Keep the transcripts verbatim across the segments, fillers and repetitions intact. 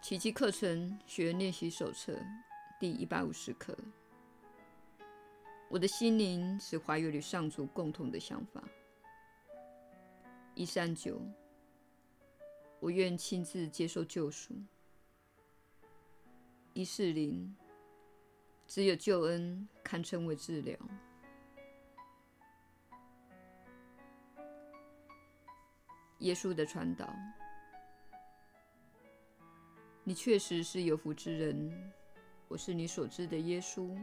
奇迹课程学员练习手册第一百五十课。我的心灵是怀有与上主共同的想法。一三九，我愿亲自接受救赎。一四零，只有救恩堪称为治疗。耶稣的传导。你确实是有福之人，我是你所知的耶稣。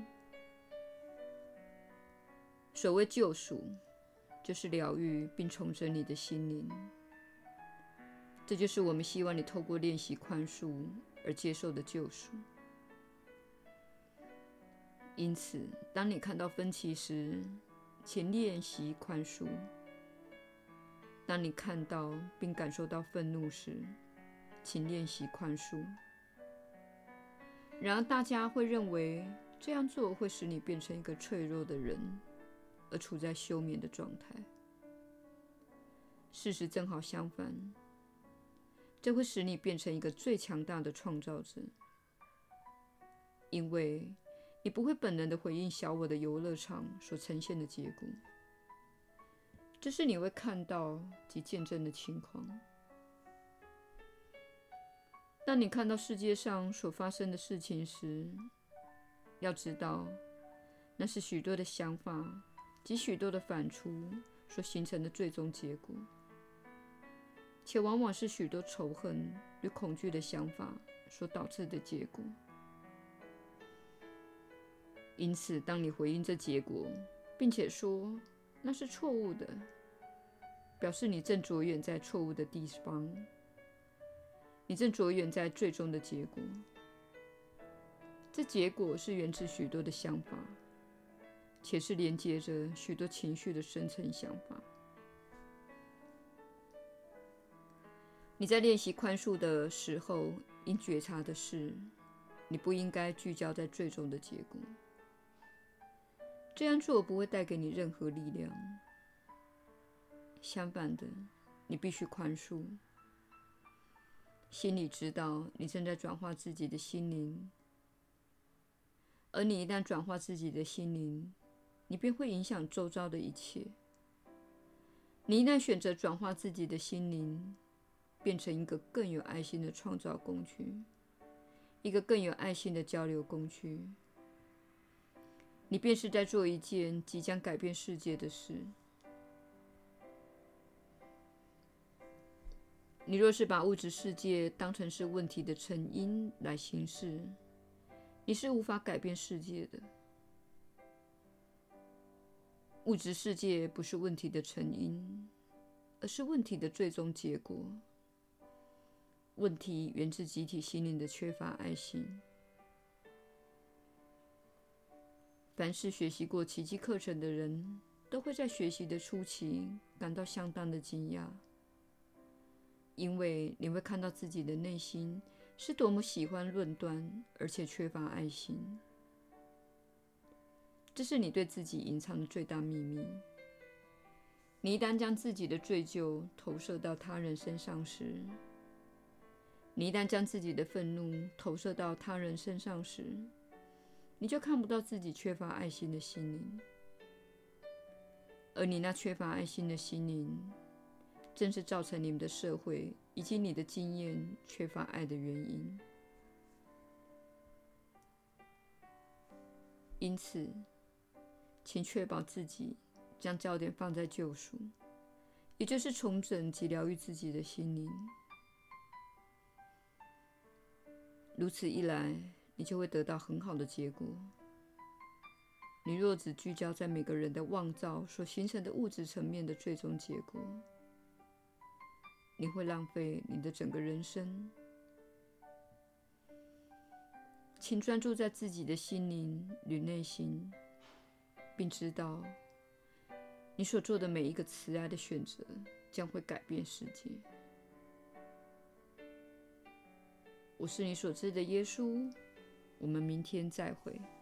所谓救赎，就是疗愈并重整你的心灵。这就是我们希望你透过练习宽恕而接受的救赎。因此，当你看到分歧时，请练习宽恕；当你看到并感受到愤怒时，请练习宽恕。然而，大家会认为这样做会使你变成一个脆弱的人，而处在休眠的状态。事实正好相反，这会使你变成一个最强大的创造者，因为你不会本能地回应小我的游乐场所呈现的结果。这是你会看到及见证的情况。当你看到世界上所发生的事情时，要知道，那是许多的想法及许多的反刍所形成的最终结果，且往往是许多仇恨与恐惧的想法所导致的结果。因此，当你回应这结果，并且说那是错误的，表示你正着眼在错误的地方，你正着眼在最终的结果。这结果是源自许多的想法，且是连接着许多情绪的深层想法。你在练习宽恕的时候，应觉察的是，你不应该聚焦在最终的结果。这样做不会带给你任何力量。相反的，你必须宽恕。心里知道你正在转化自己的心灵，而你一旦转化自己的心灵，你便会影响周遭的一切。你一旦选择转化自己的心灵，变成一个更有爱心的创造工具，一个更有爱心的交流工具，你便是在做一件即将改变世界的事。你若是把物质世界当成是问题的成因来行事，你是无法改变世界的。物质世界不是问题的成因，而是问题的最终结果。问题源自集体心灵的缺乏爱心。凡是学习过奇迹课程的人，都会在学习的初期感到相当的惊讶，因为你会看到自己的内心是多么喜欢论断，而且缺乏爱心。这是你对自己隐藏的最大秘密。你一旦将自己的罪疚投射到他人身上时，你一旦将自己的愤怒投射到他人身上时，你就看不到自己缺乏爱心的心灵。而你那缺乏爱心的心灵，正是造成你们的社会以及你的经验缺乏爱的原因。因此，请确保自己将焦点放在救赎，也就是重整及疗愈自己的心灵。如此一来，你就会得到很好的结果。你若只聚焦在每个人的妄造所形成的物质层面的最终结果，你会浪费你的整个人生。请专注在自己的心灵与内心，并知道你所做的每一个慈爱的选择将会改变世界。我是你所知的耶稣，我们明天再会。